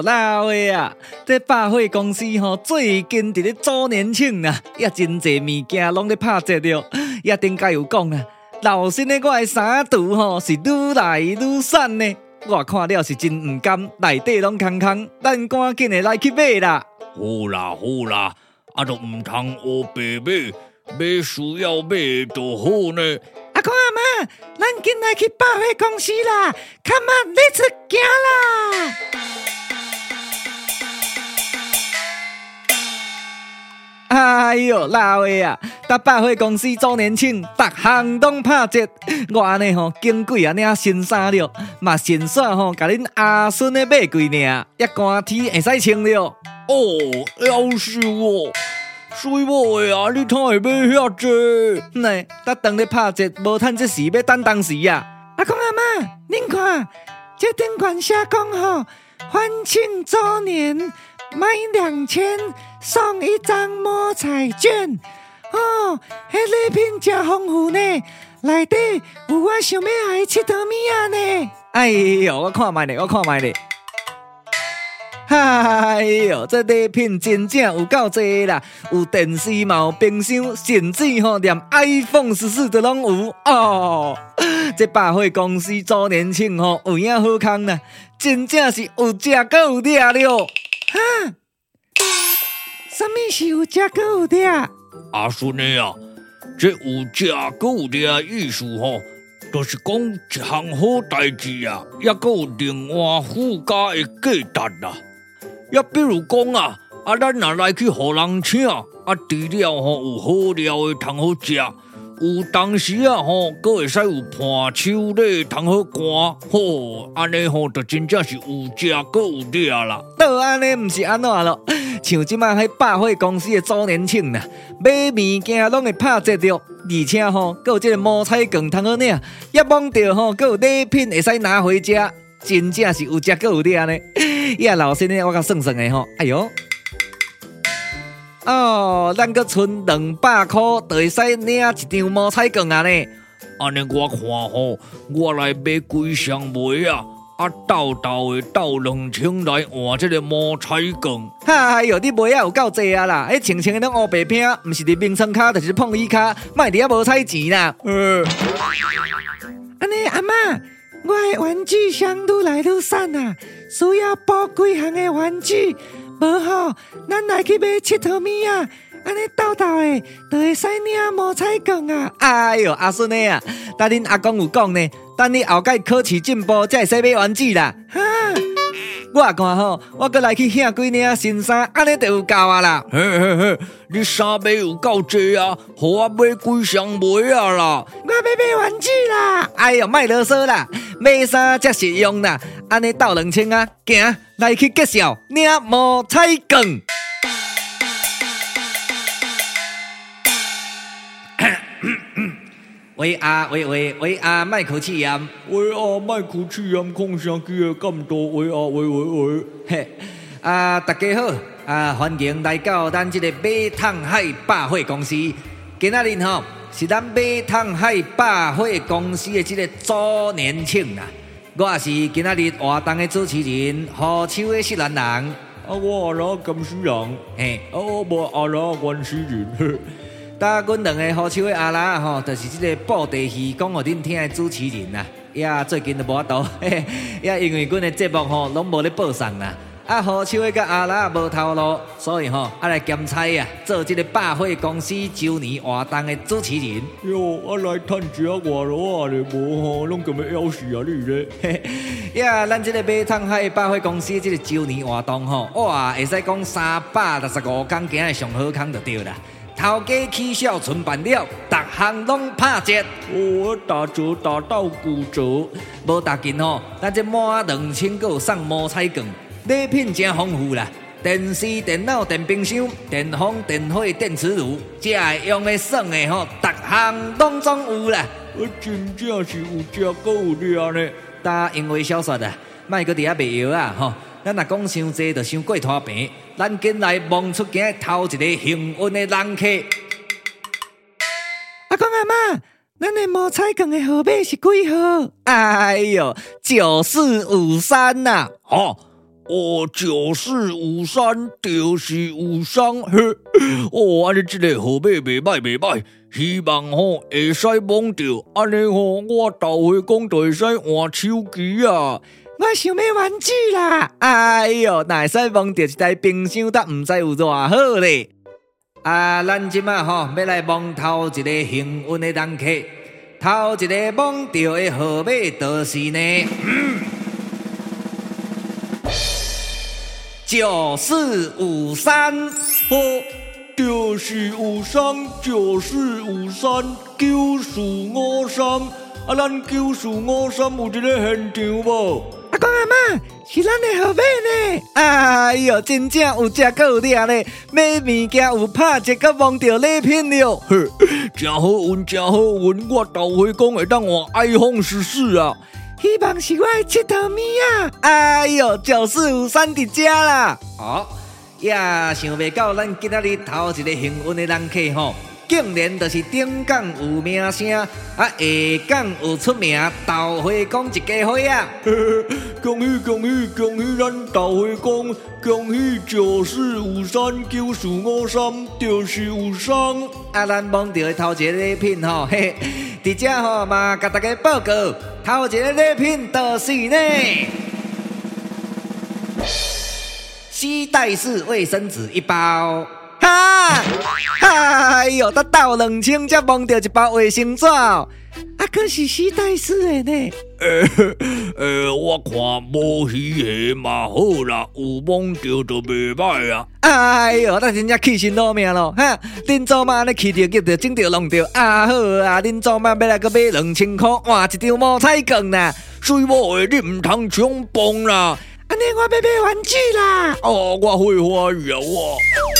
哟，老的啊！这百货公司最近伫咧周年庆啊，也真侪物件拢咧拍折了。也顶届有讲啊，老新的我的衫揬是愈来愈瘦呢。我看了是真唔甘，内底拢空空，咱赶紧的来去买啦。 好啦，都唔通黑白买，买需要买就好呢。 阿公阿妈，咱紧来去百货公司啦 ！Come on， let's 行啦！哎哟，老的啊！搭百货公司周年庆，逐项拢拍折。我安尼经几啊领新衫了，嘛先煞甲恁阿孙的买几领，也寒天会使穿了。 哦，夭寿哦！水某的啊，你通会买遐济？ 呢，搭当咧拍折，无趁这时要等当时啊！阿公阿妈，恁看，这顶管写讲欢庆周年，买2000送1张摸彩券。哦，迄礼品真丰富呢，内底有我想要爱的佚佗物仔呢。哎哟，我看卖咧。哎哟，这礼品真正有够多啦，有电视嘛，有冰箱，甚至连 iPhone 14都拢有哦。这百货公司周年庆有影好康啦，真正是有食阁有掠了。哈，什么是有食阁有掠？ 阿孙的啊，这有食阁有掠意思就是讲一项好代志啊，也阁有另外附加的价值啦。也比如讲咱若来去互人请，除了有好料的通好食，有当时阁会使有伴手礼通好寒，安尼就真正是有食阁有掠啦。 倒安尼毋是安怎咯？像即摆迄百货公司的周年庆啦，买物件拢会拍折了，而且阁有这个摸彩券通好领，也摸到阁有礼品会使拿回家。真正是有食阁有掠呢！呀，老师呢，我甲算算的哎哟，咱阁剩200块，就会使领一张摸彩券啊呢。 安尼我看我来买几箱梅啊，斗的斗2000来换这个摸彩券。 哎哟，你梅啊有够济啊啦！清清的拢乌白片，毋是伫名称卡，就是碰椅卡，莫伫遐无彩钱啦。安尼阿嬷。我的玩具箱愈来愈散啊，需要补几项的玩具，无咱来去买佚佗物啊，安尼斗的，就会使领摸彩券啊！哎哟，阿孙的啊，但恁阿公有讲呢，等你后届考试进步，才会使买玩具啦。哈，我看我阁来去领几领新衫，安尼就有够啊啦。 嘿，你衫买有够济啊，互我买几箱梅啊啦。 我要买玩具啦！哎哟，莫啰嗦啦。买衫才实用啦，安尼斗2000啊，行来去结销领摸彩券。喂啊，莫口气炎。 喂啊，莫口气炎，空声机的咁多。喂。 嘿，大家好，欢迎来到咱这个马桶海百货公司。今仔日是咱马桶海百货公司的这个周年庆啦，我也是今仔日活动的主持人，何秋的是男人， 我阿拉监事人，我无阿拉原始人。 搭阮两个何秋的阿拉就是这个布袋戏讲互恁听的主持人啦，也最近都无法度，也因为阮的节目拢无咧播送啦。何秋的甲阿拉无头路，所以来兼差做这个百货公司周年活动的主持人。 哟，来趁一下外劳咧，无拢咁要死啊你咧！ 咱这个马桶海百货公司这个周年活动哇，会使讲365天行的上好康就对啦。头家起小存办了，逐项拢拍折。 打折打到骨折。 无打紧咱这满2000个送摸彩券。礼品真丰富啦，电视、电脑、电冰箱、电风、电火、电磁炉，这会用的耍的逐项拢总有啦。 真正是有食阁有掠呢。 搭因为小说啊，莫搁伫遐卖药啊咱若讲伤济，就伤过拖病。咱紧来望出镜头一个幸运的人客。阿公阿妈，咱的摸彩券的号码是几号？哎哟，9453呐。 9453就是有伤。安尼这个号码袂歹，希望会使摸到，安尼我豆花公就会使换手机啊。 我想要玩具啦！ 哎哟，哪会使摸到一台冰箱，但唔知有偌好咧？咱即马要来摸头一个幸运的人客，头一个摸到的号码就是呢9453。 就是94539453，咱9453有一个现场无？ 阿公阿妈，是咱的号码呢。 哎哟，真正有食阁有掠咧，买物件有拍折阁摸到礼品了。 真好运，我豆花公会当换 iPhone 14啊！ 希望是我的七头咪啊！ 哎哟，9453伫遮啦。也想袂到咱今仔日头一个幸运的人客竟然就是顶港有名声，下港有出名豆花公一家伙啊！ 恭喜咱豆花公，恭喜94539453就是有伤。 咱摸到的头一个礼品伫遮嘛，甲大家报告，头一个礼品就是呢。西带式卫生纸1包，哎呦，才斗2000才摸到一包卫生纸哦， 可是西带式的呢。 我看无稀下嘛好啦，有摸到就袂歹啊。 哎呦，咱真正气身落命咯，恁祖妈安尼气着急着整着弄着，好啊，恁祖妈要来个买2000块换一张毛彩光啦， 水某的你唔通冲动啦。 安尼我要买玩具啦！ 我会欢喜啊我。